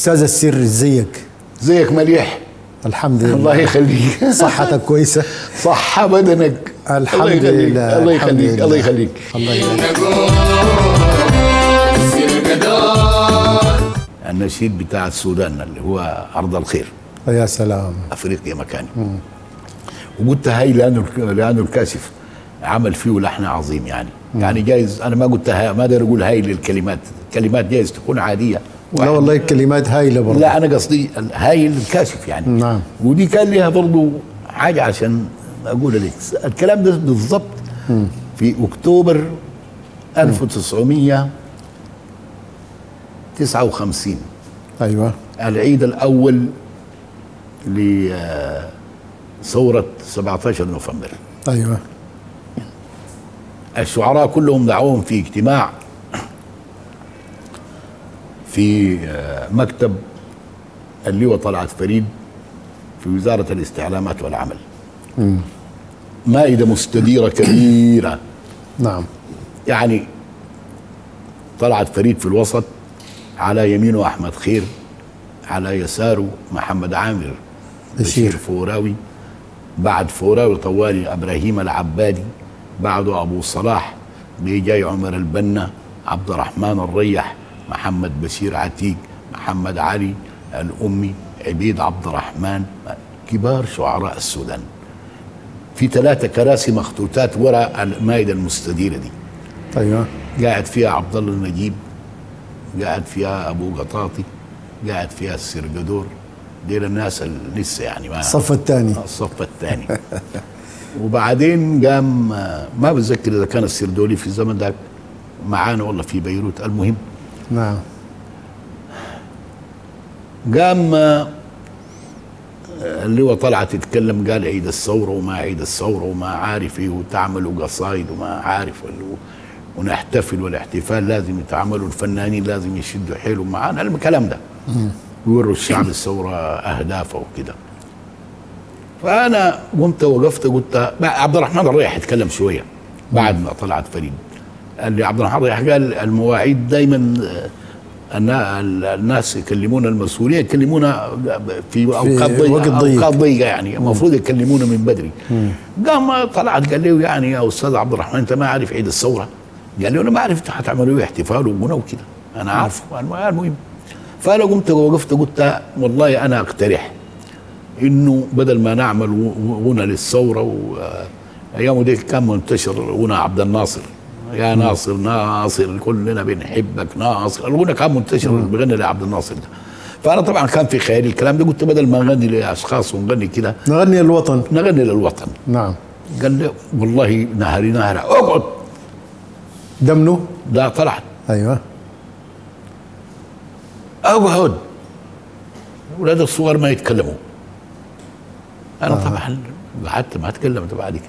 استاذ السر، ازيك؟ زيك مليح. الحمد لله. الله يخليك. صحتك كويسه؟ صحة بدنك. الحمد لله. الله يخليك. الله يخليك. الله يخليك. النشيد بتاع السودان اللي هو أرض الخير، يا سلام. أفريقيا مكاني. وقلت هاي لأنه الكاشف عمل فيه لحن عظيم يعني. يعني جايز أنا ما قلت هاي، ما أقدر أقول هاي للكلمات، كلمات جايز تكون عادية. لا والله الكلمات هايله برضه. لا أنا قصدي هاي الكاشف يعني. نعم. ودي كان لها برضه حاجة عشان أقول لك الكلام ده بالضبط في أكتوبر 1959. ايوه. العيد الأول لثورة 17 نوفمبر. ايوه. الشعراء كلهم دعوهم في اجتماع في مكتب اللواء طلعت فريد في وزارة الاستعلامات والعمل. مائدة مستديرة كبيرة. نعم. يعني طلعت فريد في الوسط، على يمينه أحمد خير، على يساره محمد عامر بشير فوراوي، بعد فوراوي طوالي إبراهيم العبادي، بعده أبو صلاح، بيجاي عمر البنا، عبد الرحمن الريح، محمد بشير عتيق، محمد علي الأمي، عبيد عبد الرحمن، كبار شعراء السودان. في 3 كراسي مخطوطات وراء المائدة المستديرة دي. ايوه. قاعد فيها عبد الله النجيب، قاعد فيها أبو قطاطي، قاعد فيها السرقدور. دير الناس اللي لسه يعني ما الصف الثاني. الصف الثاني. وبعدين قام، ما بتذكر إذا كان السردولي في الزمن ذاك معانا والله في بيروت. المهم نعم. قام اللي هو طلعت تتكلم، قال عيد الثورة وما عيد الثورة وما عارف ايه، وتعملوا قصايد وما عارف ونحتفل، والاحتفال لازم يتعملوا، الفنانين لازم يشدوا حيلهم معانا، الكلام ده يوروا الشعب الثورة أهدافه وكده. فأنا قمت وقفت قلت عبد الرحمن الريح يتكلم شوية بعد ما طلعت فريد. قال لي عبد الرحمن الريح قال المواعيد دايما الناس يكلمونا، المسؤولين يكلمونا في اوقات ضيقه يعني، المفروض يكلمونا من بدري. قام طلعت قال له يعني يا استاذ عبد الرحمن انت ما عارف عيد الثوره؟ قال له انا ما عرفت حتعملوا احتفال وغنى وكده، انا عارفه. المهم فانا قمت ووقفت قلت والله انا اقترح انه بدل ما نعمل غنى للثوره، ايام ديك كان منتشر غنى عبد الناصر، يا ناصر ناصر كلنا بنحبك ناصر، الغنى كان منتشر بغنى لعبد الناصر ده. فانا طبعا كان في خيالي الكلام ده، قلت بدل ما نغني لاشخاص ونغني كده نغني للوطن. نغني للوطن. نعم. قال لي والله نهري اقعد. دمنه ده طلعت. ايوه. اقعد. ولاد الصغار ما يتكلموا. انا طبعا قعدت ما اتكلمت بعد كده.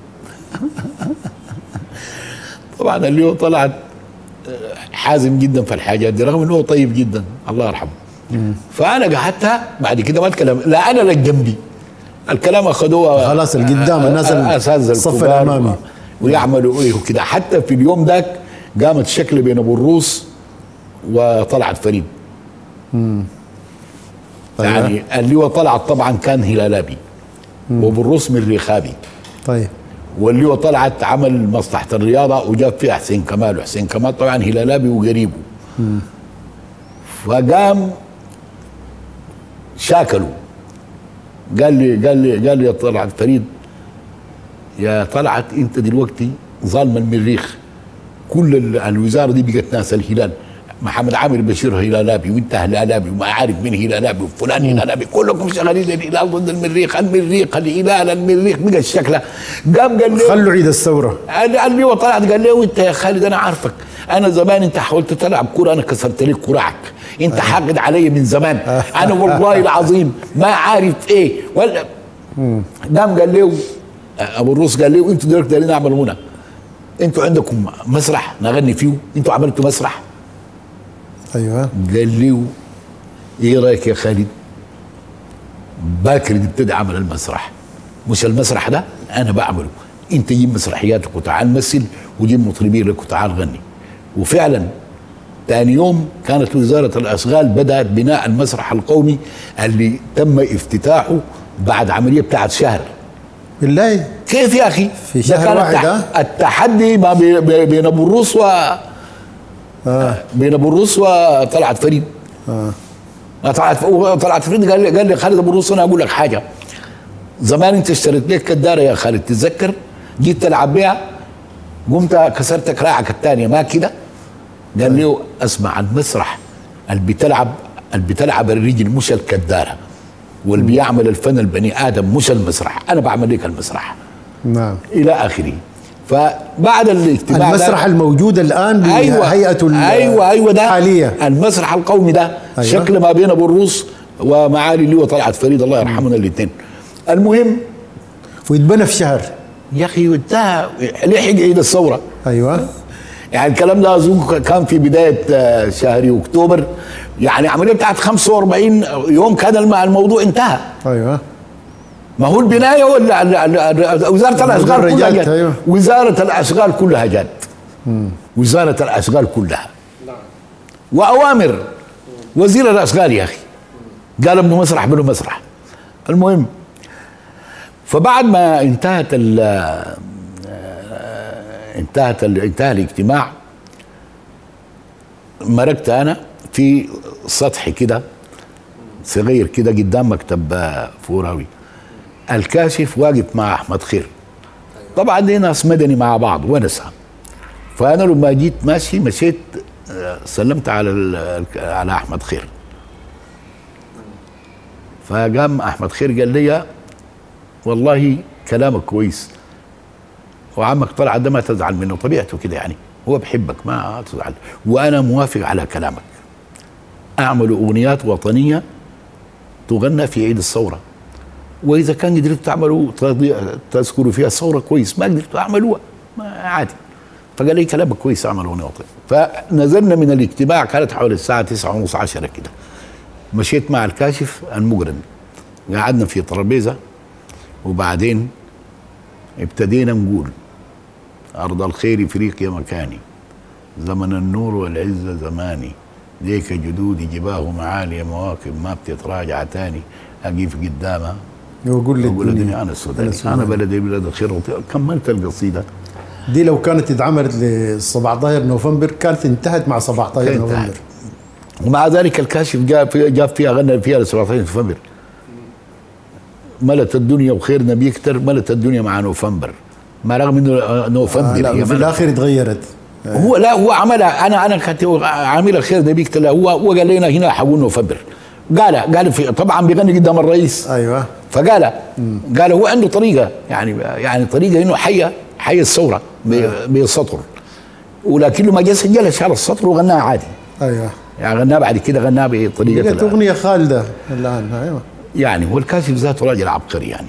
طبعا اللي هو طلعت حازم جدا في الحاجات دي، رغم انه هو طيب جدا الله يرحمه. فانا قعدتها بعد كده ما اتكلم، لا انا لا جنبي الكلام اخذوه خلاص القدام الناس الصف الامامي ويعملوا ايه وكده. حتى في اليوم ذاك قامت شكل بين ابو الروس وطلعت فريد. يعني اللي هو طلعت طبعا كان هلالابي وابو الروس من ريخابي. طيب. واللي هو طلعت عمل مصلحة الرياضة وجاب فيها حسين كمال، وحسين كمال طبعا هلالابي وقريبه. فقام شاكلوا، قال لي يا طلعت فريد، يا طلعت انت دلوقتي ظالم المريخ، كل الوزارة دي بقت ناس الهلال، محمد عامر بشير هلالابي وانت هلالابي وما عارف مين هلالابي وفلان هلالابي، كلكم شغالين الهلال ضد المريخ، الهلال المريخ بقى الشكله. قام قال لي خلوا عيد الثوره. قال لي وطلعت قال لي وانت يا خالد انا عارفك، انا زمان انت حاولت تلعب كوره انا كسرت لك كراعك، انت حاقد علي من زمان، انا والله العظيم ما عارف ايه ولا. قام قال لي ابو الروس قال لي انتوا دلوقتي دايرين نعمل غنى، انتوا عندكم مسرح نغني فيه، انتوا عملتوا مسرح. ايوه. قال لي ايه رايك يا خالد؟ باكر نبتدي عمل المسرح، مش المسرح ده انا بعمله، انت جيب مسرحياتك وتعال مثل، وجيب مطربين لك وتعال غني. وفعلا ثاني يوم كانت وزارة الأشغال بدأت بناء المسرح القومي اللي تم افتتاحه بعد عملية بتاعت شهر. بالله كيف يا أخي؟ في شهر واحد التحدي ما بين أبو الروس بين أبو الروس وطلعت فريد. طلعت فريد قال لي خالد أبو الروس أنا أقول لك حاجة، زمان أنت اشتريت لك كدارة يا خالد تتذكر، جيت تلعب بها قمت كسرت كراعك الثانية ما كده؟ قال له اسمع، المسرح اللي بتلعب الرجل مش الكدارة، واللي بيعمل الفن البني ادم مش المسرح، انا بعمل لك المسرح. نعم الى اخره. فبعد الاجتماع المسرح الموجود الان بهيئته ايوه ده حاليا المسرح القومي ده شكل ما بين ابو الروس ومعالي اللي هو طلعت فريد الله يرحمنا الاثنين. المهم ويتبنى في شهر يا اخي وانتهى لحق عيد الثوره. ايوه يعني الكلام ده اظن كان في بدايه شهر اكتوبر، يعني عمليه بتاعت 45 يوم كان الموضوع انتهى. ايوه ما هو البنايه ولا وزاره الاشغال كلها جت. أيوة. وزاره الاشغال كلها جت. وزاره الاشغال كلها واوامر وزير الاشغال يا اخي قال ابن مسرح بنو مسرح. المهم فبعد ما انتهى الاجتماع، مرقت انا في سطح كده صغير كده قدام مكتب فوراوي، الكاشف واقف مع احمد خير، طبعا دي ناس مدني مع بعض ونسها. فانا لما جيت مشيت سلمت على احمد خير، فقام احمد خير قال لي والله كلامك كويس وعمك طلع ده ما تزعل منه، طبيعته كده يعني هو بحبك ما تزعل، وانا موافق على كلامك، اعملوا اغنيات وطنيه تغنى في عيد الثوره، واذا كان قدرتوا تعملوا تذكروا فيها الثوره كويس، ما قدرتوا اعملوها عادي. فقال لي كلامك كويس اعمل اغنيه وطنيه. فنزلنا من الاجتماع كانت حوالي الساعه 9:30 10 كده، مشيت مع الكاشف المقرن، قعدنا في ترابيزه وبعدين ابتدينا نقول أرض الخير إفريقيا مكاني، زمن النور والعزة زماني، ليك جدودي جباه معالي مواكب ما بتتراجع تاني، أقف قدامها وأقول للدنيا أنا السوداني، أنا بلدي بلد الخير. كملت القصيدة دي. لو كانت اتعملت ل 17 نوفمبر كانت انتهت مع 17 نوفمبر. ومع ذلك الكاشف جاب فيها غنى فيها ل 17 نوفمبر، ملت الدنيا وخيرنا بيكتر، ملت الدنيا مع نوفمبر، ما رغم انه نوفمبر لا في الاخر اتغيرت. هو عملها، انا كنت عامل الخير ده بيكتر، هو قال لنا هنا حقول نوفمبر، قال في طبعا بيغني قدام الرئيس. ايوه قال هو عنده طريقه يعني طريقه انه حي الثوره بالسطر، ولكنه ما جاء سجلها شال السطر وغناها عادي. ايوه يعني غناها بعد كده غناها بطريقه بقت اغنيه خالده الان. ايوه يعني هو الكاشف ذاته راجل عبقري يعني.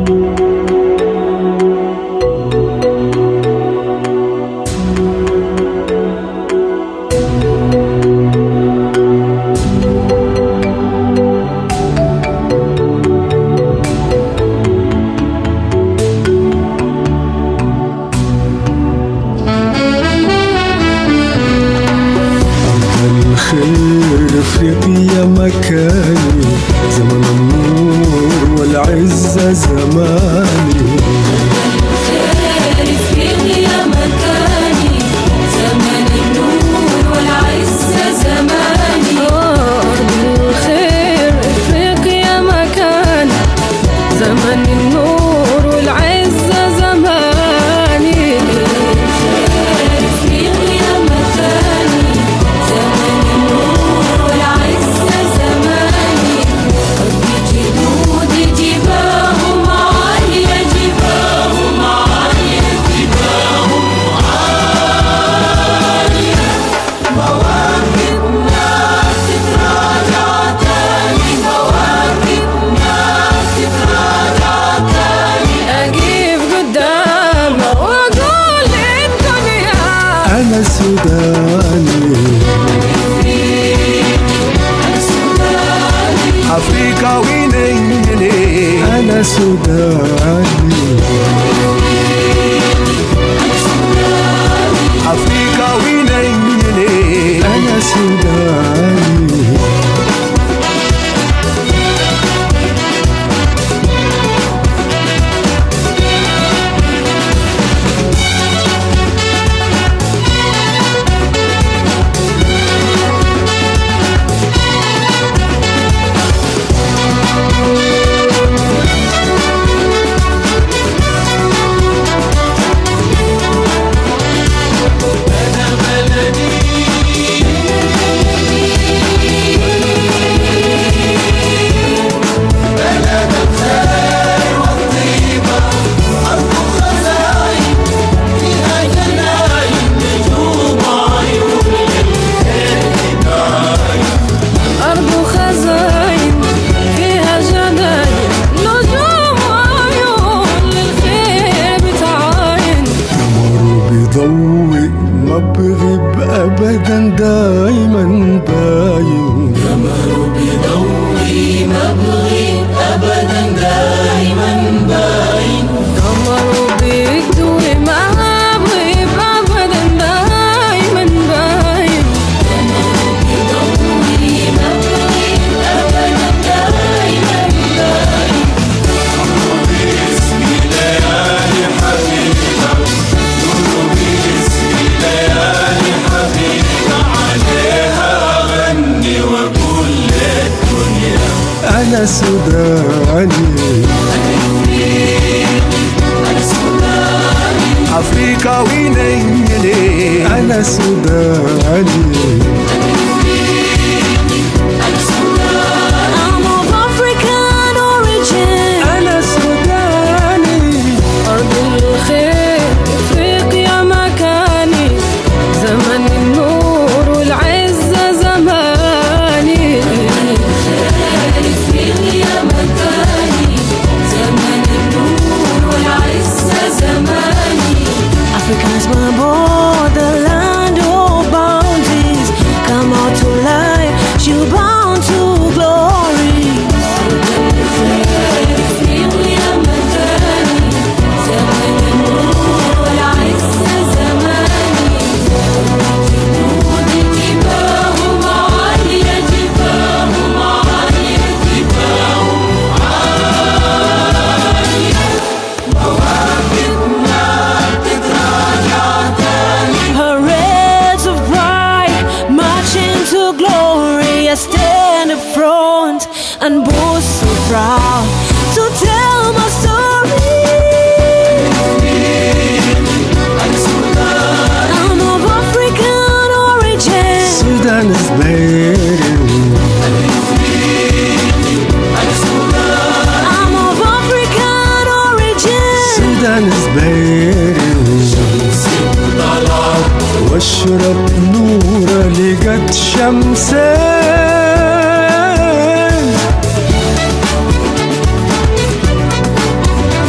افريقيا مكاني، زمن النور والعزة زماني. افريقيا مكاني، زمن النور والعزة زماني. أرض الخير افريقيا مكاني، زمن النور والعزة زماني. افريقيا مكاني، زمن النور والعزة زماني. أرض جدود جباههم عالية، جباههم عالية، جباههم عالية. مواكبنا تتراجع تاني، مواكبنا تتراجع تاني. أجيب قدام وأقول للدنيا أنا سوداني، أفريقاوي نيني. أنا سوداني، أفريقاوي نيني. أنا سوداني. أرض خزاين فيها جناين، نجوم عيون للخير بتعاين. قمر بيضوي ما بغيب أبدا، دايما باين. قمر بيضوي ما بغيب أبدا، دايما باين. قمر بيضوي ما بغيب أبدا، دايما باين. قمر بيضوي ما بغيب أبدا، دايما باين. باسمي ليالي حبيبة، نور باسمي ليالي حبيبة. عليها أغني وأقول للدنيا أنا سوداني، أفريقاوي نيني. أنا سوداني. I'm of African origin. أنا سوداني، أرض الخير إفريقيا مكاني، زمن النور والعزة زماني. إفريقيا مكاني، زمن النور والعزة زماني. Africa is my borderland, oh bounties. Come out to life, you bound to glory. إفريقيا مكاني، زمن النور والعزة زماني. جنود جباههم عالية، جباههم عالية، جباههم عالية. مواكبنا تتراجع تاني. Parades of pride marching to glory. I stand up front and boast so proud to tell my story. I'm of African origin. Sudan is bearing. I'm of African origin. Sudan is bearing. واشرب نور لقت شمسين.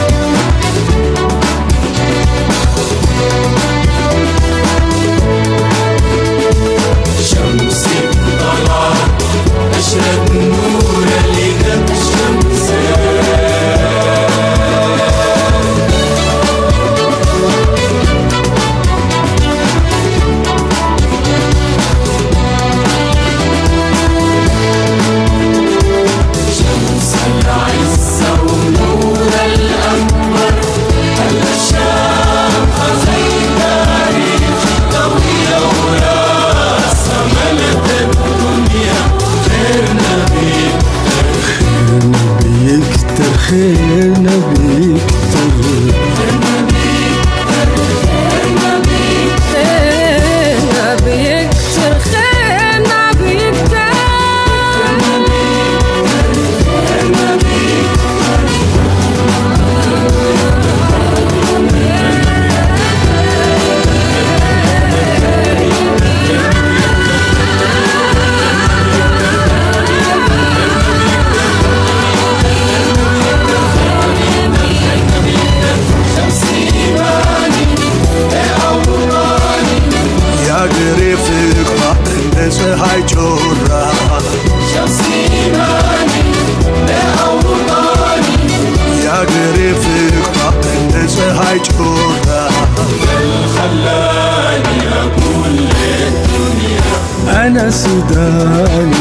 سوداني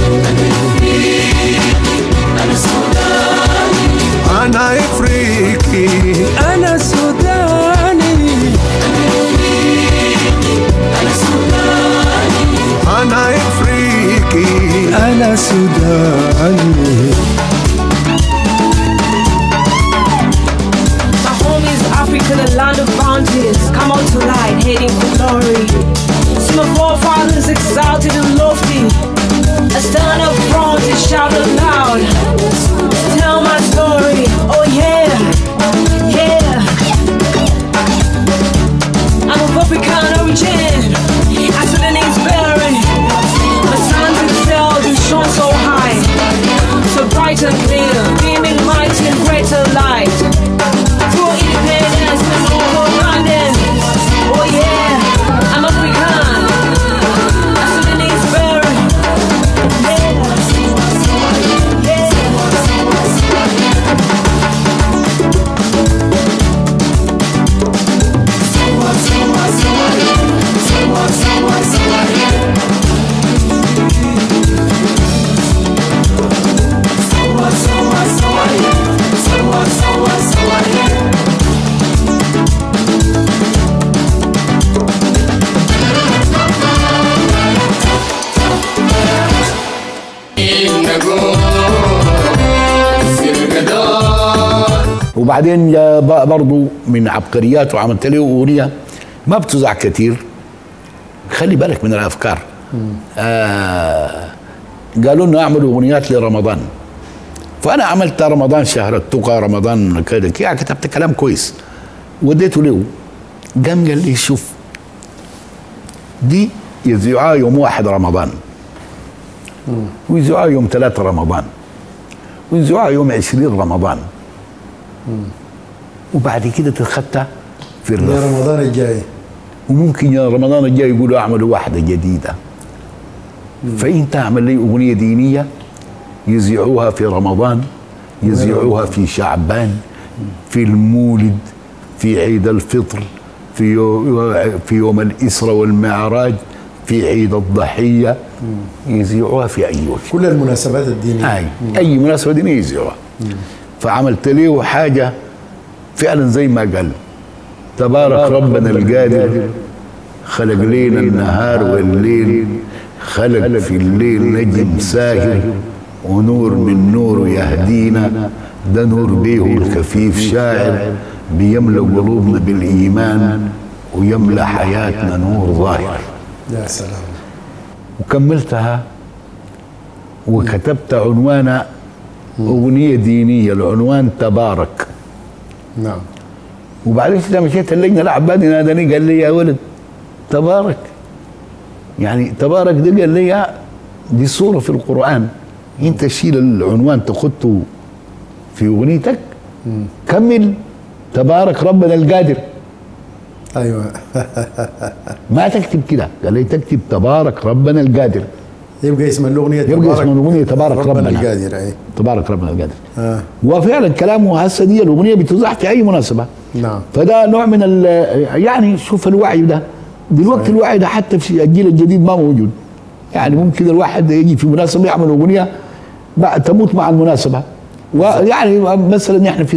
أنا إفريقي أنا سوداني أنا إفريقي أنا سوداني My home is Africa, the land of bounties. Come out to light, heading for glory. See my forefathers exalted and lofty. I stand up front and shout aloud. Tell my story. Oh yeah, yeah. I'm of African origin. I Sudanese bearing. My sons excel, you shone so high, so bright and clear, beaming mighty and greater light. Through independence and overabundance. Oh yeah, I'm African. I Sudanese bearing. وبعدين برضو من عبقرياته عملت له اغنيه ما بتذاع كتير، خلي بالك من الافكار. قالوا لنا اعملوا اغنيات لرمضان، فانا عملت رمضان شهر التقى، رمضان كده يعني كتبت كلام كويس وديته له. قام قال لي شوف دي يذيعوها يوم 1 رمضان ويذيعوها يوم 3 رمضان ويذيعوها يوم 20 رمضان وبعد كده تتخطى في الرف يا رمضان الجاي، وممكن يا رمضان الجاي يقولوا اعملوا واحدة جديدة. فانت اعمل لي اغنية دينية يذيعوها في رمضان، يذيعوها في شعبان، في المولد، في عيد الفطر، في يوم الإسرة والمعراج، في عيد الضحية، يذيعوها في أي وقت، كل المناسبات الدينية، أي مناسبة دينية يذيعوها. فعملت له حاجة فعلا زي ما قال تبارك ربنا القادر، خلق لينا النهار والليل، خلق في الليل نجم ساهر ونور من نوره يهدينا، ده نور بيه الكفيف شاعر بيملأ قلوبنا بالإيمان ويملأ حياتنا نور ظاهر. يا سلام. وكملتها وكتبت عنوان أغنية دينية، العنوان تبارك. نعم. وبعدين كده مشيت اللجنة العبادي ناداني قال لي يا ولد تبارك، يعني تبارك دي قال لي دي سورة في القرآن، انت شيل العنوان تخطه في أغنيتك، كمل تبارك ربنا القادر. ايوه. ما تكتب كده، قال لي تكتب تبارك ربنا القادر، يبقى اسم الاغنيه يبقى اسم الاغنيه تبارك ربنا القادر. اي تبارك ربنا القادر. وفعلا كلامه هسه دي الاغنيه بتذاع في اي مناسبه. نعم. فده نوع من يعني شوف الوعي ده دلوقتي صحيح. الوعي ده حتى في الجيل الجديد ما موجود، يعني ممكن الواحد يجي في مناسبه يعمل اغنيه تموت مع المناسبه. ويعني مثلا احنا في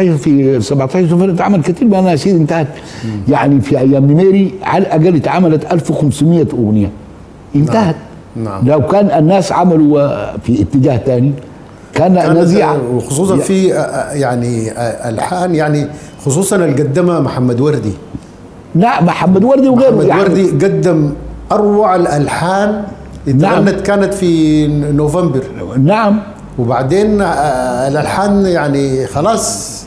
17 سفر اتعمل كثير من الاناشيد انتهت. يعني في ايام نميري على الاقل اتعملت 1500 اغنيه انتهت. نعم. لو كان الناس عملوا في اتجاه ثاني كان نزيع، وخصوصا في يعني الحان، يعني خصوصا القدمه محمد وردي. نعم محمد وردي وغيره. محمد يعني وردي قدم اروع الالحان اتغنت. نعم. كانت في نوفمبر. نعم. وبعدين الالحان يعني خلاص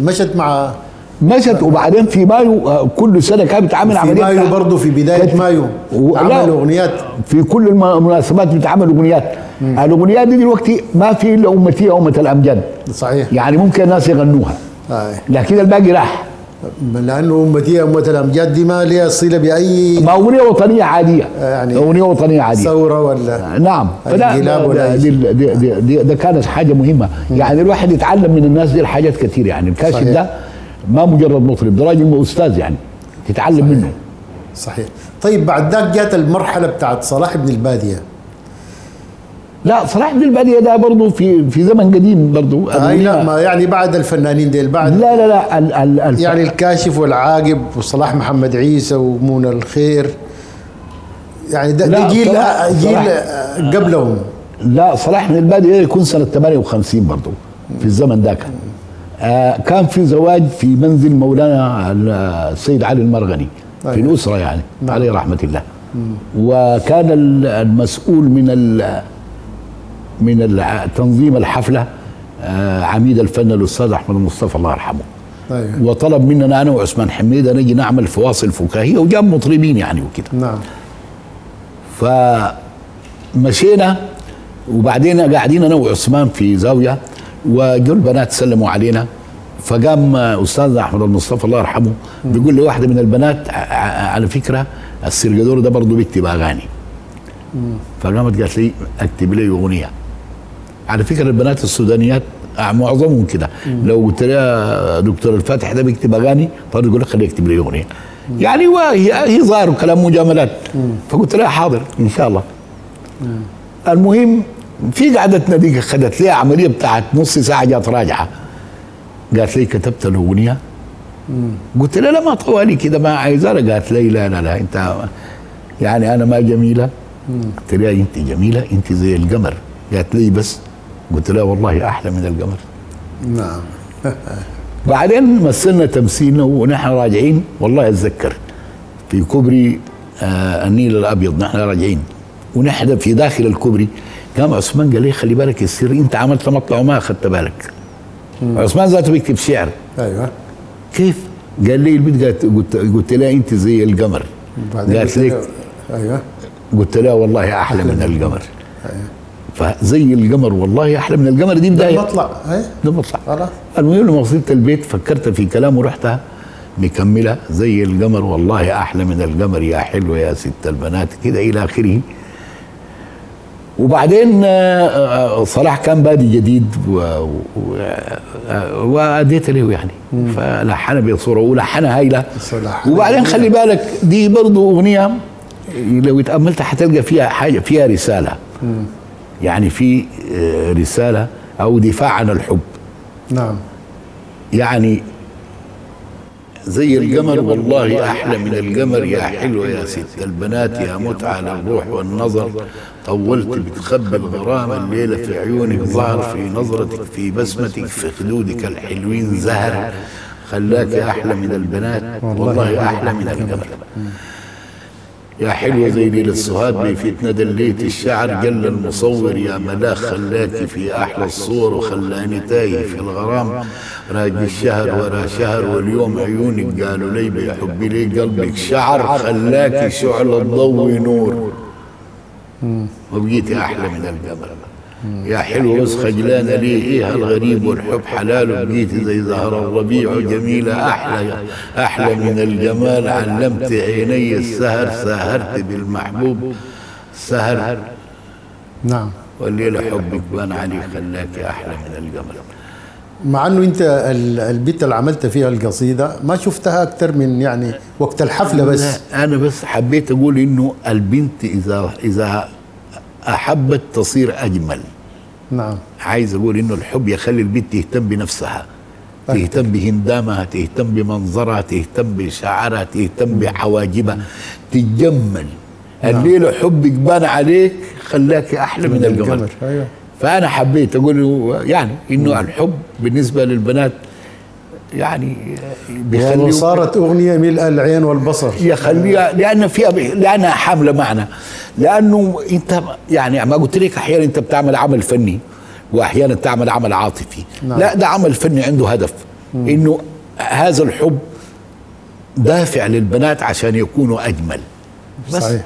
مشت وبعدين في مايو كل سنه كانت بتعمل عمليات. في مايو برضه في بدايه مايو عملوا اغنيات في كل المناسبات بتعمل اغنيات. الاغنيات دي دلوقتي ما في الا امتي امه الامجاد. صحيح. يعني ممكن الناس يغنوها لكن الباقي راح، لانه امتي امه الامجاد دي ما لها صله باي، ما اغنيه وطنيه عاديه، يعني اغنيه وطنيه عاديه، ثوره ولا نعم. ده كانت حاجه مهمه. يعني الواحد يتعلم من الناس دي حاجات كثير. يعني الكاشف ده ما مجرد مطرب، ده راجل استاذ يعني تتعلم منه. صحيح. طيب بعد ذاك جات المرحله بتاعت صلاح بن الباديه. لا صلاح بن الباديه ده برضه في زمن قديم برضه. لا ما يعني بعد الفنانين ديل بعد. لا يعني الكاشف والعاقب وصلاح محمد عيسى ومنى الخير، يعني ده جيل قبلهم. لا صلاح بن الباديه يكون سنه 58 برضه في الزمن ذاك. كان في زواج في منزل مولانا السيد علي المرغني في الأسرة يعني عليه رحمة الله. وكان المسؤول من تنظيم الحفلة عميد الفن الأستاذ أحمد المصطفى الله يرحمه. وطلب مننا أنا وعثمان حميدة نجي نعمل فواصل فكاهية وجاب مطربين يعني وكده. نعم. فمشينا وبعدين قاعدين أنا وعثمان في زاوية وجو البنات سلموا علينا، فقام استاذنا احمد المصطفى الله يرحمه بيقول لي واحده من البنات على فكره السرقدور ده برضه بيكتب اغاني. فقامت قالت لي اكتب لي اغنيه. على فكره البنات السودانيات معظمهم كده، لو قلت لها دكتور الفاتح ده بيكتب اغاني طب يقول لك خليه يكتب لي اغنيه. يعني هي ظاهر كلام مجاملات. فقلت لها حاضر ان شاء الله. المهم في قعدتنا دي خدت لي عمليه بتاعت نص ساعه جات راجعه. قالت لي كتبت الاغنيه؟ قلت لها لا ما طوالي كده ما عايزها. قالت لي لا انت يعني انا ما جميله. قلت لها انت جميله انت زي القمر. قالت لي بس. قلت لها والله احلى من القمر. نعم. بعدين مثلنا تمثيلنا ونحن راجعين والله اتذكر في كوبري النيل الابيض نحن راجعين ونحن في داخل الكوبري قام عثمان قال لي خلي بالك السر انت عملت مطلع وما اخذت بالك. عثمان ذاته بيكتب شعر. ايوه. كيف؟ قال لي البنت قلت لها انت زي القمر. قالت لي ايوه. قلت لها والله احلى من القمر. ايوه. فزي القمر والله احلى من القمر دي بدايه. ده مطلع. ده مطلع. خلاص. المهم لما وصلت البيت فكرت في كلام ورحتها مكمله زي القمر والله احلى من القمر يا حلو يا ست البنات كده الى اخره. وبعدين صلاح كان بادي جديد واديت له يعني فلحنها بصوره ولحنها هايله. وبعدين خلي بالك دي برضه اغنيه لو اتاملت حتلقى فيها حاجه فيها رساله. يعني في رساله او دفاع عن الحب. نعم. يعني زي القمر والله احلى من القمر يا حلوه يا ست البنات يا متعه للروح والنظر طولت بتخبي الغرام الليله في عيونك ظهر في نظرتك في بسمتك في خدودك الحلوين زهر خلاك احلى من البنات والله احلى من القمر يا حلوة زي ليل السهاد بفتنة دليت الشعر جل المصور يا ملاك خلاكي في أحلى الصور وخلاني تايه في الغرام راجي الشهر ورا شهر واليوم عيونك قالوا لي بحبي لي قلبك شعر خلاكي شعل الضوء نور وبقيتي أحلى من القمر يا حلوة بس خجلانة ليه إيه الغريب والحب حلال وبقيتي زي زهر الربيع جميلة أحلى من الجمال علمت عيني السهر ساهرت بالمحبوب سهر نعم والليلة حبك بان علي خلاك أحلى من القمر. مع انه انت البيت اللي عملت فيها القصيده ما شفتها اكثر من يعني وقت الحفله بس. انا بس حبيت اقول انه البنت اذا احبت تصير اجمل. نعم. عايز اقول انه الحب يخلي البنت تهتم بنفسها تهتم بهندامها تهتم بمنظرها تهتم بشعرها تهتم بحواجبها تتجمل. الليله حبك بان عليك خلاك احلى من القمر. أيوة. فانا حبيت اقول يعني انه الحب بالنسبه للبنات يعني بيخلي صارت اغنيه ملء العين والبصر يخليها لانها حامله معنى. لانه انت يعني ما قلت لك احيانا انت بتعمل عمل فني واحيانا تعمل عمل عاطفي. نعم. لا ده عمل فني عنده هدف انه هذا الحب دافع للبنات عشان يكونوا اجمل. بس صحيح.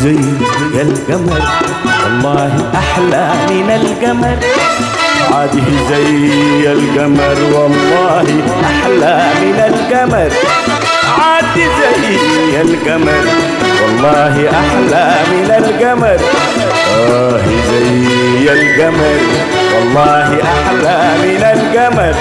زي القمر والله أحلى من القمر عاده زي القمر والله أحلى من القمر عاده زي القمر والله أحلى من القمر زي القمر والله أحلى من القمر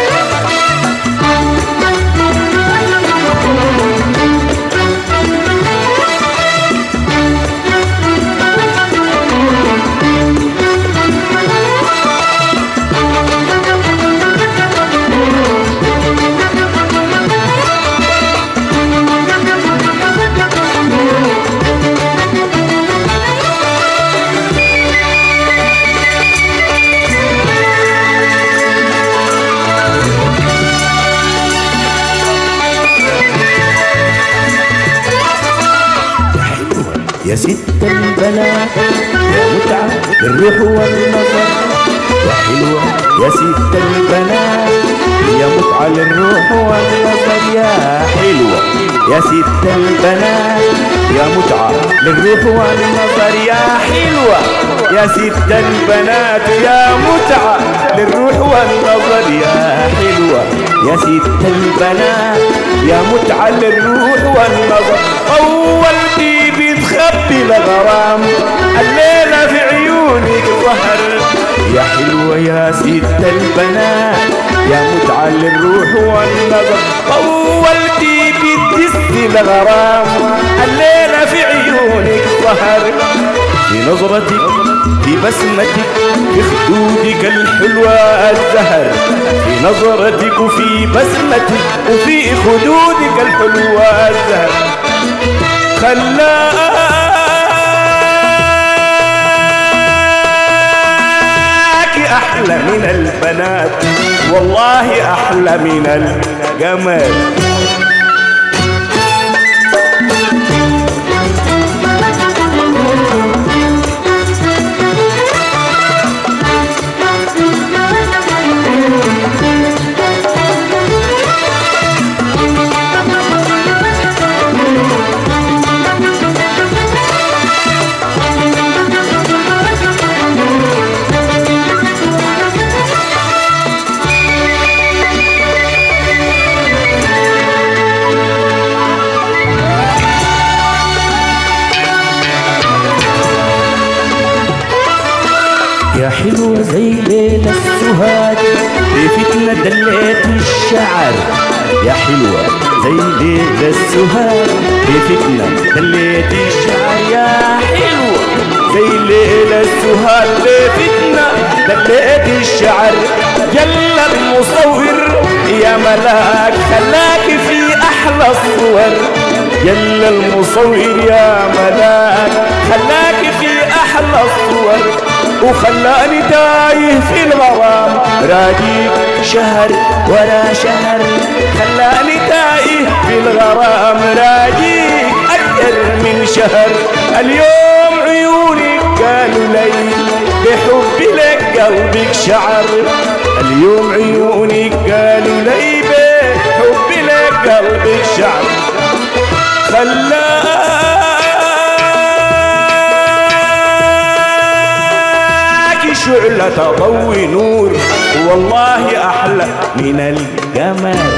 يا ست البنات يا متعة للروح والنظر يا حلوة يا ست البنات يا متعة للروح والنظر يا حلوة يا ست البنات يا متعة للروح والنظر يا حلوة يا ست البنات يا متعة للروح والنظر يا حلوة يا ست البنات يا متعة للروح والنظر أول بتخبي الغرام الليلة في عيونك ظهر يا حلوة يا ست البنات يا متعة للروح والنظر طولتي بتدس الغرام الليلة في عيونك ظهر في نظرتك في بسمتك في خدودك الحلوة الزهر في نظرتك وفي بسمتك وفي خدودك الحلوة الزهر خلاك أحلى من البنات والله أحلى من الجمال يا حلوة زي ليل السهاد بفتنة دليت الشعر يا حلوة زي ليل السهاد بفتنة دليت الشعر يا حلوة زي ليل السهاد بفتنة دليت الشعر جل المصور يا ملاك خلاك في أحلى الصور جل المصور يا ملاك خلاك في أحلى الصور وخلاني تايه في الغرام راجيك شهر ورا شهر خلاني تايه في الغرام راجيك أكثر من شهر اليوم عيونك قالوا لي بحبي لك قلبك شعر اليوم عيونك قالوا لي بحبي لك قلبك شعر شعلة ضوء نور والله أحلى من الجمال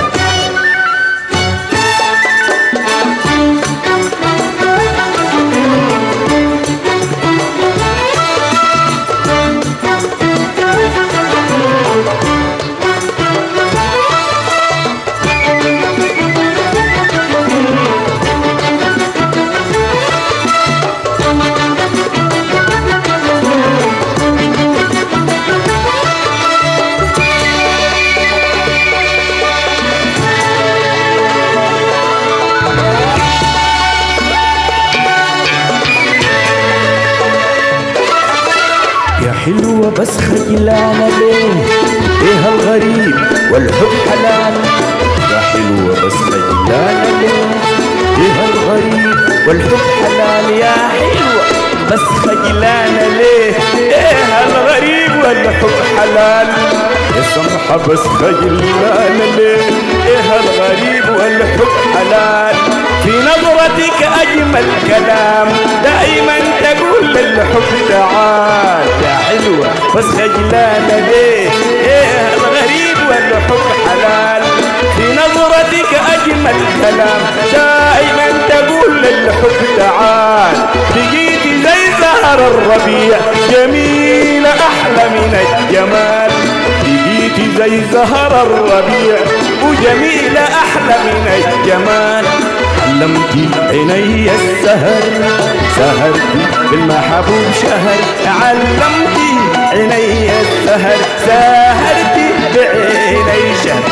حلوة بس خجلانة ليه ايه الغريب والحب حلال يا حلوة بس خجلانة ليه ايه الغريب والحب حلال يا حلوة بس خجلانة ليه ايه الغريب والحب حلال يا سمحة بس خجلانة ليه ايه الغريب والحب حلال في نظرتك اجمل كلام دائما تقول للحب تعال يا حلوة بس خجلانة ليه ايه الغريب والحب حلال في نظرتك أجمل كلام دائما تقول للحب تعال بقيتي زي زهر الربيع جميلة أحلى من الجمال بقيتي زي زهر الربيع وجميلة أحلى من الجمال علمتي عيني السهر سهرتي بالمحبوب شهر علمتي عيني السهر سهرتي بعيني شهر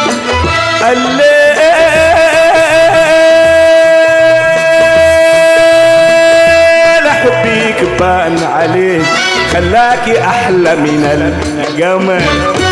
الليل حبيك بان عليك خلاكي أحلى من القمر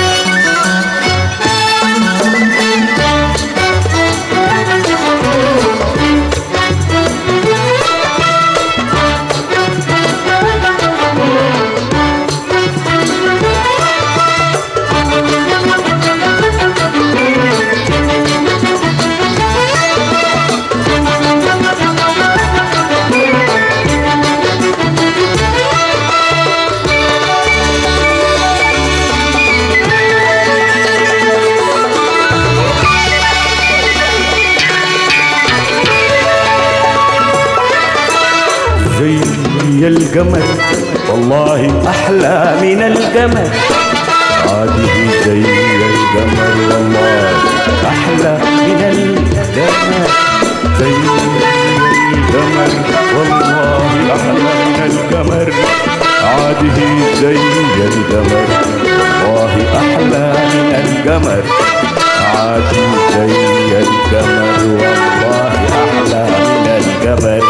زي القمر والله أحلى من القمر عاده زي القمر والله أحلى من القمر زي القمر والله أحلى من القمر عاده زي القمر والله أحلى من القمر عاده زي القمر والله أحلى من القمر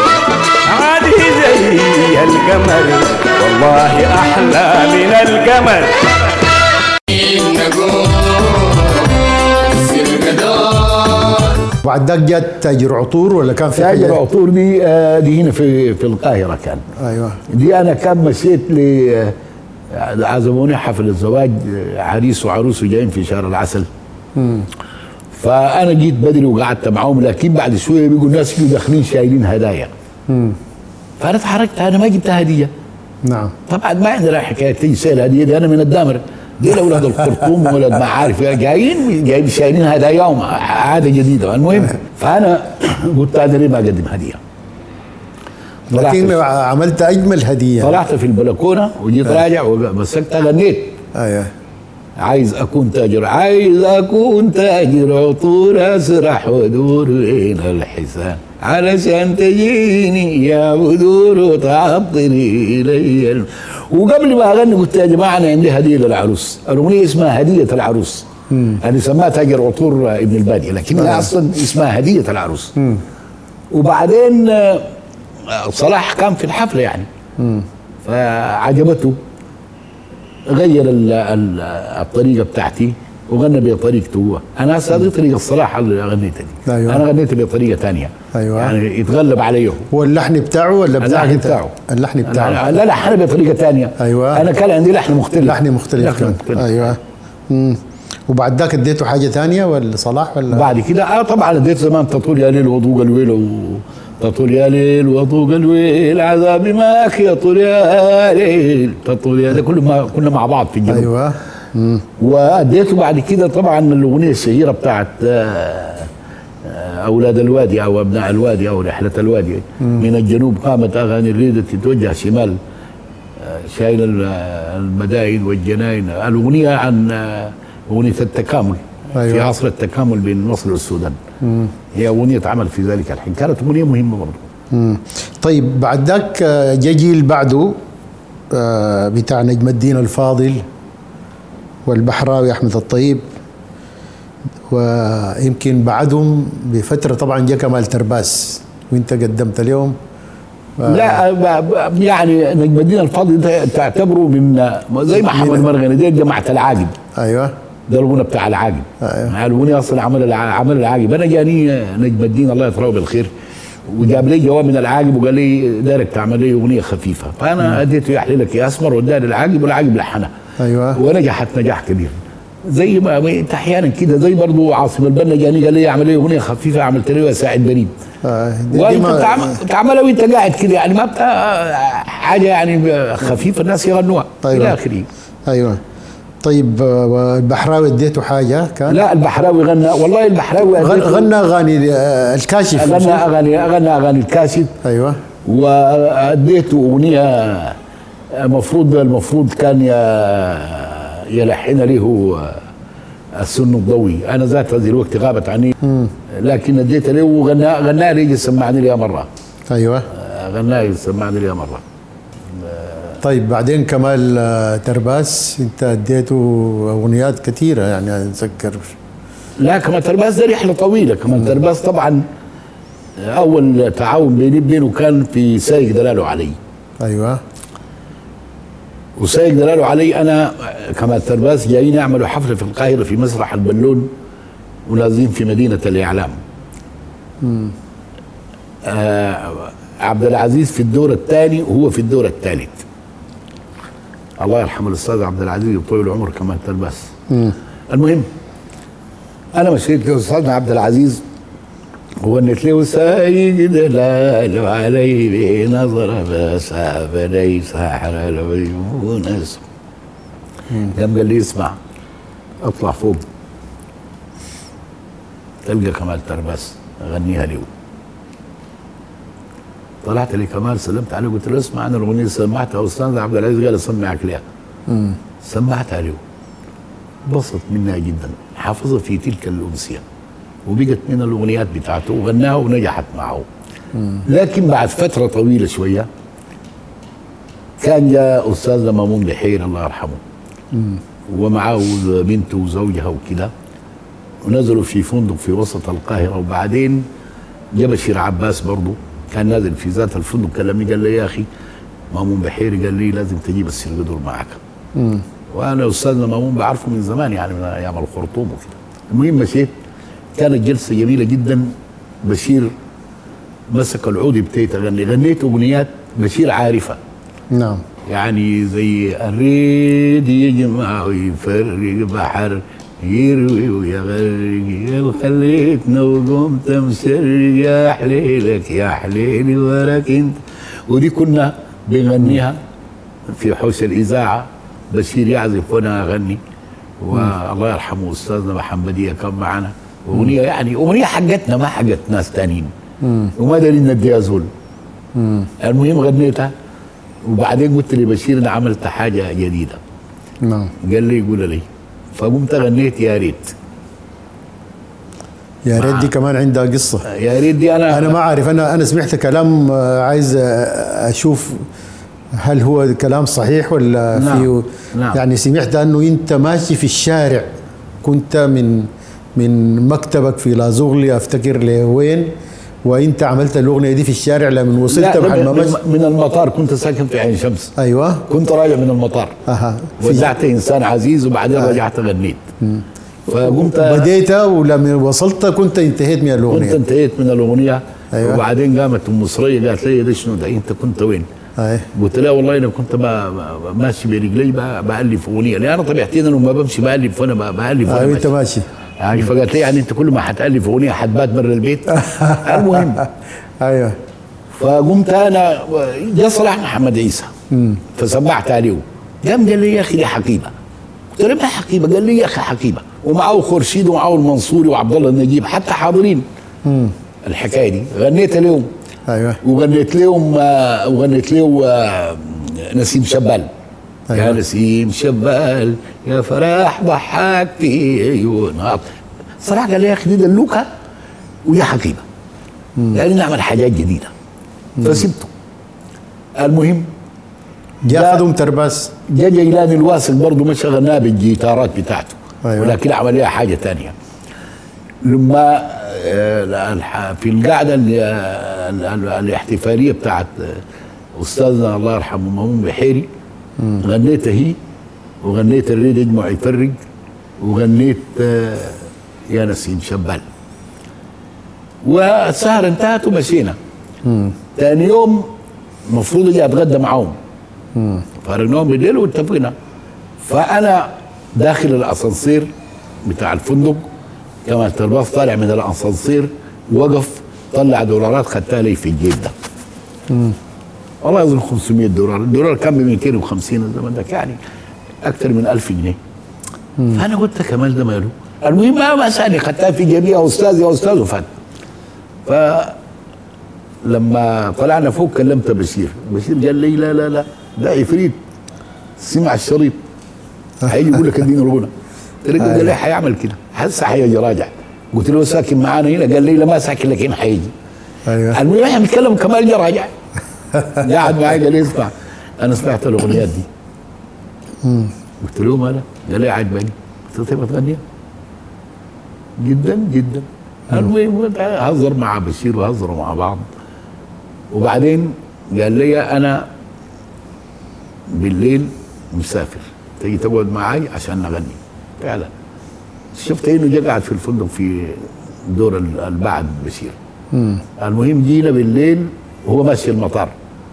زي القمر والله أحلى من القمر بعد ذاك جات تاجر عطور ولا كان في تاجر عطور دي هنا في القاهرة كان. ايوه دي انا كان مشيت لي عزموني حفل الزواج عريس وعروس وجايين في شهر العسل. فانا جيت بدري وقعدت معاهم لكن بعد شويه بيجوا الناس يجوا داخلين شايلين هدايا. فانا اتحركت انا ما جبت هديه. نعم طبعا ما عندنا حكايه تيجي سائل هديه دي انا من الدامر دي اولاد الخرطوم واولاد ما عارف جايين شايلين هداياهم عاده جديده. المهم فانا قلت انا ليه ما اقدم هديه. لكن عملت اجمل هديه. طلعت في البلكونه وجيت راجع ومسكت غنيت. ايوه عايز اكون تاجر عايز اكون تاجر عطور اسرح ودور بين الحسان علشان تجيني يا بدور وتعطني الي. وقبل ما اغني قلت يا جماعه انا عندي هديه للعروس. الاغنيه اسمها هديه العروس. انا سماها تاجر عطور ابن الباديه لكنها اصلا اسمها هديه العروس. وبعدين صلاح كان في الحفله يعني فعجبته غير الطريقه بتاعتي وغنى بطريقته هو. انا هذه طريقه الصلاح اللي غنيتها دي. أيوة. انا غنيت بطريقه ثانيه. ايوه يعني يتغلب عليه هو اللحن بتاعه ولا بتاعك؟ اللحن بتاعه. اللحن بتاعه لا انا بطريقه ثانيه. ايوه انا كان عندي لحن مختلف. لحن مختلف. ايوه وبعد ذاك اديته حاجه ثانيه ولا صلاح ولا بعد كده طبعا اديت زمان تطول يا ليل وضوق الويل تطول يا ليل وضوق الويل عذابي معك يطول يا ليل تطول يا ليل كنا مع بعض في الجنوب. ايوه واديته بعد كده طبعا الاغنيه الشهيره بتاعت اولاد الوادي او ابناء الوادي او رحله الوادي. من الجنوب قامت اغاني الريده تتوجه شمال شايل المدائن والجناين. الاغنيه عن اغنيه التكامل. أيوة. في عصر التكامل بين مصر والسودان. هي اغنيه عمل في ذلك الحين كانت اغنيه مهمه برضه. طيب بعد ذاك جا جيل بعده بتاع نجم الدين الفاضل والبحراوي احمد الطيب ويمكن بعدهم بفتره طبعا جا كمال ترباس وانت قدمت اليوم. لا يعني نجم الدين الفاضل تعتبره من زي محمد مرغني دي جماعه العاقب. ايوه ده الغنى بتاع العاقب. أيوة. الغنى اصلا عمل العاقب. انا جاني نجم الدين الله يطرحه بالخير وجاب لي جواب من العاقب وقال لي دارك تعمل لي اغنيه خفيفه. فانا اديته يحلي لك يا اسمر واداني العاقب والعاقب لحنها. ايوه ونجحت نجاح كبير. زي ما انت احيانا كده، زي برضه عاصم البنا جاني قال لي اعمل لي اغنيه خفيفه، عملت له يا ساعد بريد. وانت بتعملها وانت قاعد كده، يعني ما حاجه يعني خفيفه الناس يغنوها الى اخره. ايوه. طيب البحراوي اديته حاجه كان؟ لا البحراوي غنى، والله البحراوي غنى اغاني الكاشف، غنى اغاني الكاشف. ايوه. واديته اغنيه المفروض كان يلحن له السن الضوي، انا ذات هذه الوقت غابت عني، لكن اديتها له وغنى لي سمعني لي مره. ايوه. غنى لي سمعني لي مره. طيب بعدين كمال ترباس انت اديته اغنيات كثيره يعني اتذكر. لا كمال ترباس ده رحله طويله. كمال ترباس طبعا اول تعاون بيني وبينه كان في سايق دلاله علي. ايوه. وسايق دلاله علي انا كمال ترباس جايين يعملوا حفله في القاهره في مسرح البلون ونازلين في مدينه الاعلام. عبد العزيز في الدور الثاني وهو في الدور الثالث. الله يرحمه الاستاذ عبد العزيز وطول العمر كمال ترباس. المهم انا مشيت لاستاذنا عبد العزيز وغنيت له سايق دلاله علي بنظره بسحب لي ساحر العيون اسم. قام قال لي اسمع اطلع فوق تلقى كمال ترباس غنيها له. طلعت لي كمال سلمت عليه قلت له اسمع انا الاغنيه سمعتها استاذ عبد العزيز قال اسمعك ليها. سمعتها له بسط منها جدا، حافظها في تلك الامسيه وبقت من الاغنيات بتاعته وغناها ونجحت معه. لكن بعد فتره طويله شويه كان جاء استاذنا مامون بحير الله يرحمه ومعه بنته وزوجها وكده، ونزلوا في فندق في وسط القاهره. وبعدين جاء بشير عباس برضه كان نازل في ذات الفندق، كلمني قال لي يا اخي مامون بحيري قال لي لازم تجيب السرقدور معك. وانا استاذنا مامون بعرفه من زمان يعني من ايام الخرطوم وكده. المهم مشيت، كانت جلسه جميله جدا. بشير مسك العود ابتديت اغني، غنيت اغنيات بشير عارفه. نعم. يعني زي الريد يجمع ويفرق بحر يروي ويغرق خليتنا وقمت مشرق يا حليلك يا حليلي وراك انت. ودي كنا بنغنيها في حوش الاذاعه، بشير يعزف وانا اغني. والله يرحمه استاذنا محمديه كان معنا. اغنيه يعني اغنيه حقتنا ما حقت ناس ثانيين وما دارين نديها زول. المهم غنيتها وبعدين قلت لبشير انا عملت حاجه جديده. نعم. قال لي قول لي، فقمت غنيت يا ريت. يا ريت دي كمان عندها قصه. يا ريت دي انا ما عارف، انا سمعت كلام عايز اشوف هل هو كلام صحيح ولا فيه. نعم. يعني سمعت انه انت ماشي في الشارع، كنت من مكتبك في لازوغلي افتكر لوين، وانت عملت الاغنيه دي في الشارع لما وصلت من المطار. كنت ساكن في عين شمس. ايوه. كنت راجع من المطار. ودعت انسان عزيز وبعدين رجعت غنيت. فقمت بديتها ولما وصلت كنت انتهيت من الاغنيه. كنت انتهيت من الاغنيه. أيوة. وبعدين قامت ام مصريه قالت لي ده شنو ده انت كنت وين؟ أيوة. قلت لها والله انا كنت ماشي برجلي بالف اغنيه، لان انا طبيعتي انا ما بمشي بالف وانا بالف وانا انت ماشي يعني. فقالت لي يعني انت كل ما حتالف اغنيه حتبات برا البيت. المهم ايوه. فقمت انا جاء صلاح محمد عيسى فسمعت عليه، قام قال لي يا اخي دي حقيبه. قلت له ما حقيبه؟ قال لي يا اخي حقيبه، ومعه خورشيد ومعه المنصوري وعبد الله النجيب حتى حاضرين الحكايه دي. غنيتها لهم. ايوه. وغنيت له نسيم شبال. أيوة. يا نسيم شبال يا فرح ضحك في عيونها. صراحه قال لي يا اخي دي دلوكه ودي حقيبه، يعني نعمل حاجات جديده. فسبته. المهم جاء خدهم ترباس. جاء جيلاني الواثق برضه مشى غناه بالجيتارات بتاعته. أيوة. ولكن عمل لها حاجه ثانيه. لما في القعده الاحتفاليه بتاعت استاذنا الله يرحمه مامون بحيري غنيت هي، وغنيت الريد يجمع يفرق، وغنيت يا نسيم شبال. والسهره انتهت ومشينا. ثاني يوم المفروض اجي اتغدى معاهم. فارقناهم بالليل واتفقنا. فانا داخل الاسانسير بتاع الفندق، كمان الباص طالع من الاسانسير وقف طلع دولارات خدتها لي في الجيب ده. والله يظن 500 دولار، الدولار كان ب 250 الزمن ده، يعني اكثر من 1000 جنيه. فانا قلت كمال ده ماله؟ المهم ما سالني، خدتها في جيبي يا استاذ يا استاذ وفات. فلما طلعنا فوق كلمت بشير قال لي لا لا لا ده عفريت سمع الشريط هيجي يقول لك اديني الغنى. قلت له قال لي هيعمل كده هسه هيجي راجع. قلت له ساكن معانا هنا؟ قال لي لا ما ساكن لكن هيجي. ايوه المهم احنا بنتكلم كمال جه راجع قاعد معي قال لي اسمع انا سمعت الاغنيات دي. قلت له مالك؟ قال لي عجباني. قلت له تبغى تغنيها؟ جدا جدا. المهم هزر مع بشير وهزروا مع بعض، وبعدين قال لي انا بالليل مسافر تيجي تقعد معي عشان نغني. فعلا شفت انه جا قاعد في الفندق في دور البعد بشير. المهم جينا بالليل وهو ماشي المطار،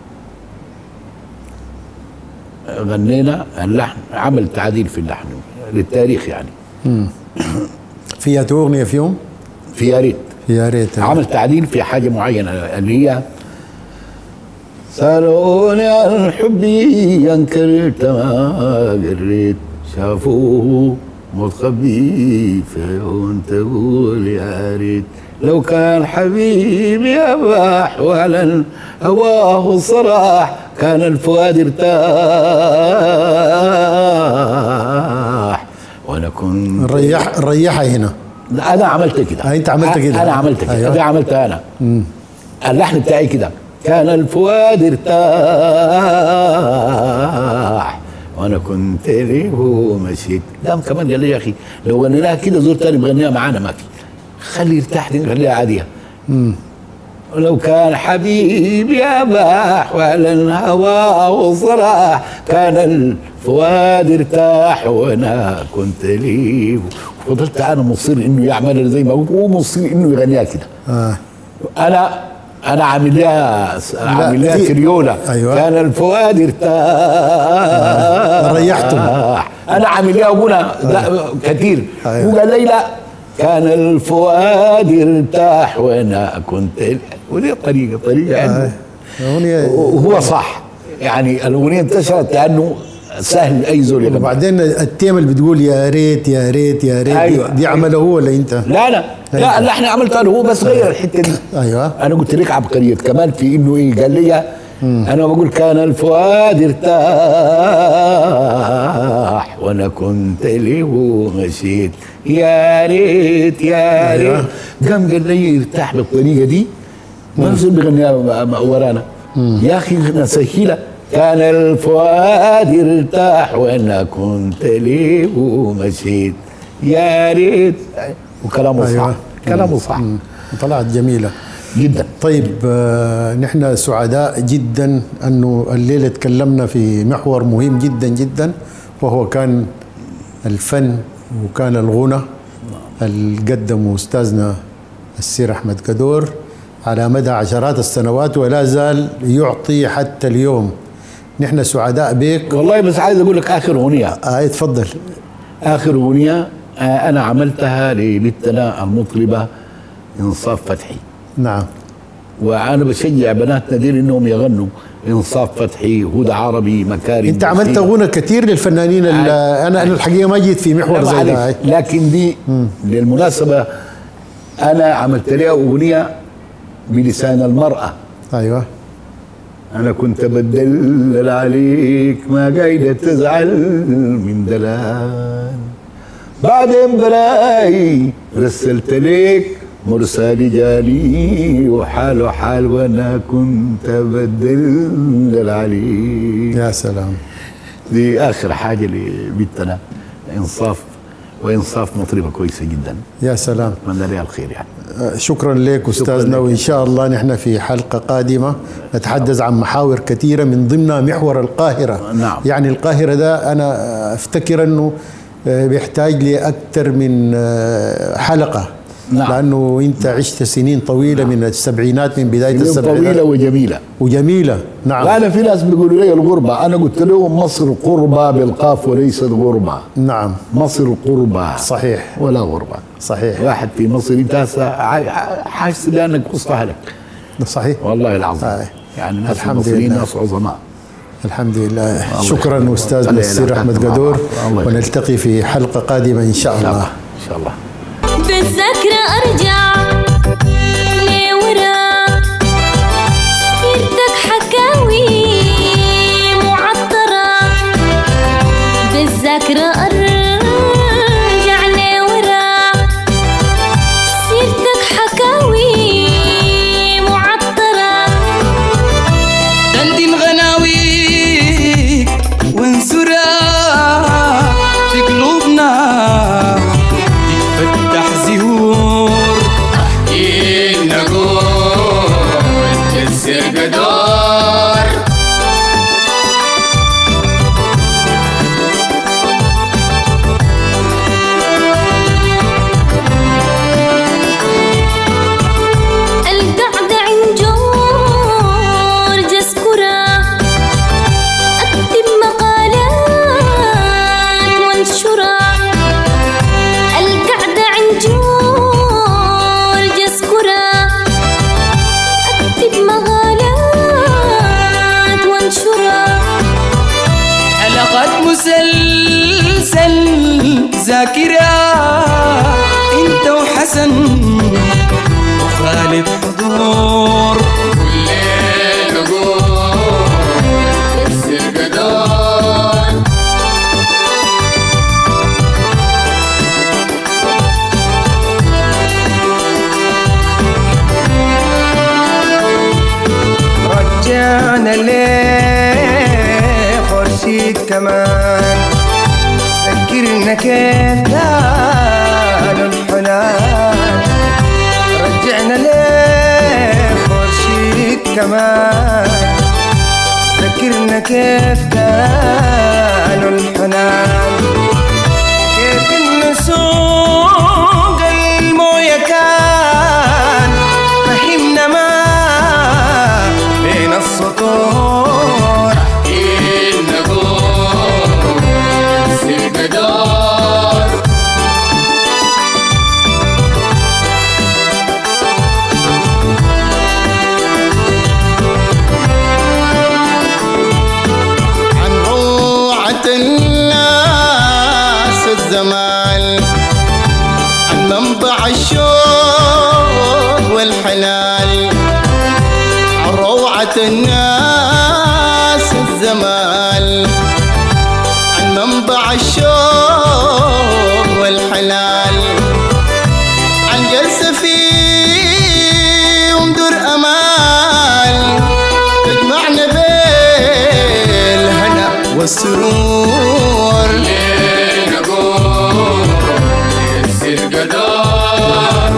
غنينا اللحن، عمل تعديل في اللحن للتاريخ يعني. فيها اغنيه في يوم؟ في يا ريت. يا ريت عمل تعديل في حاجه معينه اللي هي سألوني عن حبي انكرت ما قريت، شافوه متخبي في عيون تقول يا ريت، لو كان حبيبي أباح وعلن هواه صراح كان الفؤاد ارتاح وانا كنت ريحها هنا. انا عملت كده. انت عملت كده؟ انا عملت كده. أيوة. ده عملتها انا. اللحن بتاعي كده كان الفؤاد ارتاح وانا كنت ليه ومشيت. لا كمان قال لي يا اخي لو غنيناها كده زور تاني بغنيها معانا ما في، خلي يرتاح دي نخليها عاديه. لو كان حبيبي اباح وعلى الهوى وصراح كان الفؤاد ارتاح وانا كنت ليه. فضلت انا مصر انه يعمل زي ما هو مصر انه يغنيها كده. انا عامل لها كريوله. أيوة. كان الفؤاد ارتاح. ريحتم. انا عامل لها غنى كثير. أيوة. وقال لي لا كان الفؤاد ارتاح وانا كنت، ودي طريقه عنده. وهو صح يعني الاغنيه انتشرت لانه سهل اي زول يغني. وبعدين التيمه اللي بتقول يا ريت يا ريت يا ريت. أيوة. دي عمله هو ولا انت؟ لا لا اللحن عملته انا، هو بس غير الحته دي. ايوه انا قلت لك عبقريه كمان في انه ايه. قال لي انا بقول كان الفؤاد ارتاح وانا كنت ليه ومشيت يا ريت يا ريت. أيوة. قام قال لي يرتاح بالطريقه دي ما نصير بغنيها ورانا. يا اخي نسهيله كان الفؤاد ارتاح وانا كنت ليه ومشيت يا ريت. وكلامه صح. أيوة. كلامه صح. طلعت جميله جدا. طيب نحن سعداء جدا انه الليله تكلمنا في محور مهم جدا جدا، وهو كان الفن وكان الغنى اللي قدمه استاذنا السير احمد كدور على مدى عشرات السنوات ولا زال يعطي حتى اليوم. نحن سعداء بك والله. بس عايز اقول لك اخر اغنيه. تفضل. اخر اغنيه انا عملتها لبنتنا المطربه انصاف فتحي. نعم. وانا بشجع بناتنا دي انهم يغنوا انصاف فتحي، هدى عربي، مكارم. انت عملت غنى كثير للفنانين. انا الحقيقه ما جيت في محور زي ده، لكن دي للمناسبه انا عملت لها اغنيه بلسان المراه. ايوه. أنا كنت بدلل عليك ما قايدة تزعل من دلال، بعدين براي رسلت ليك مرسال جالي وحاله حال وانا كنت بدلل عليك. يا سلام. دي آخر حاجة لبنتنا إنصاف، وإنصاف مطربة كويسة جدا. يا سلام. أتمنى لها الخير يعني. شكرا لك أستاذنا، وإن شاء الله نحن في حلقة قادمة نتحدث عن محاور كثيرة من ضمنها محور القاهرة. نعم. يعني القاهرة ده أنا أفتكر أنه بيحتاج لأكثر من حلقة نعم. لأنه أنت عشت سنين طويلة من السبعينات، من بداية سنين السبعينات طويلة وجميلة وجميلة. نعم. أنا في ناس بيقولوا لي الغربة، أنا قلت لهم مصر قربة بالقاف وليست غربة. نعم. مصر قربة صحيح ولا غربة. صحيح. واحد في مصر أنت حاسس بأنك وسط أهلك. صحيح والله العظيم. يعني ناس المصريين ناس عظماء. الحمد لله. شكرا أستاذنا السير أحمد قدور، ونلتقي في حلقة قادمة إن شاء الله. إن شاء الله. بالذكرى أرجع لورا، سيرتك حكاوي معطرة. بالذكرى أرجع لورا، سيرتك حكاوي معطرة. دندن غناويك وانسرا في قلوبنا، تفتح زهور. احكي نقول تسر قدور، القعدة عند جورج أذكرها، أكتب مقالات وانشرها. القعدة عند جورج أذكرها، أكتب مقالات وانشرها. حلقات مسلسل ذاكرة، انت وحسن وخالد حضور. كل نقول تسر قدور، رجعنا ليه خورشيد كمان، ذكرنا كيف كانوا الحنان. رجعنا ليه خورشيد كمان، ذكرنا كيف كانوا الحنان. كيف النسوق الموية كان فهمنا ما بين السطور. احكي نقول تسر قدور، عن روعة الناس الزمان، عن منبع الشوق والحنان. عن روعة الناس الزمان، عن منبع الشوق والحنان. عن جلسة في ومدر أمان، تجمعنا بالهنا والسرور. نقول تسر قدور،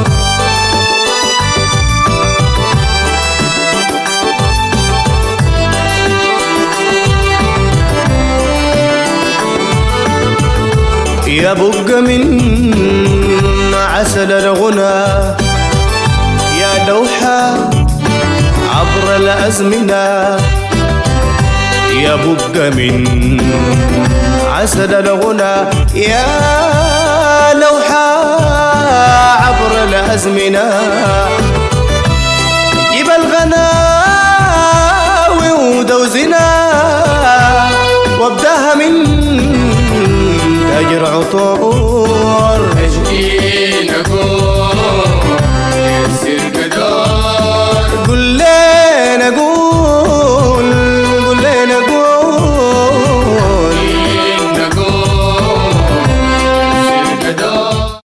يا بقى من عسل الغنى، يا لوحة عبر الأزمنة. يا بقى من عسل الغنى، يا لوحة عبر الأزمنة. جيب الغناوي ودوزنا، وابداها من تاجر عطور. احكي نقول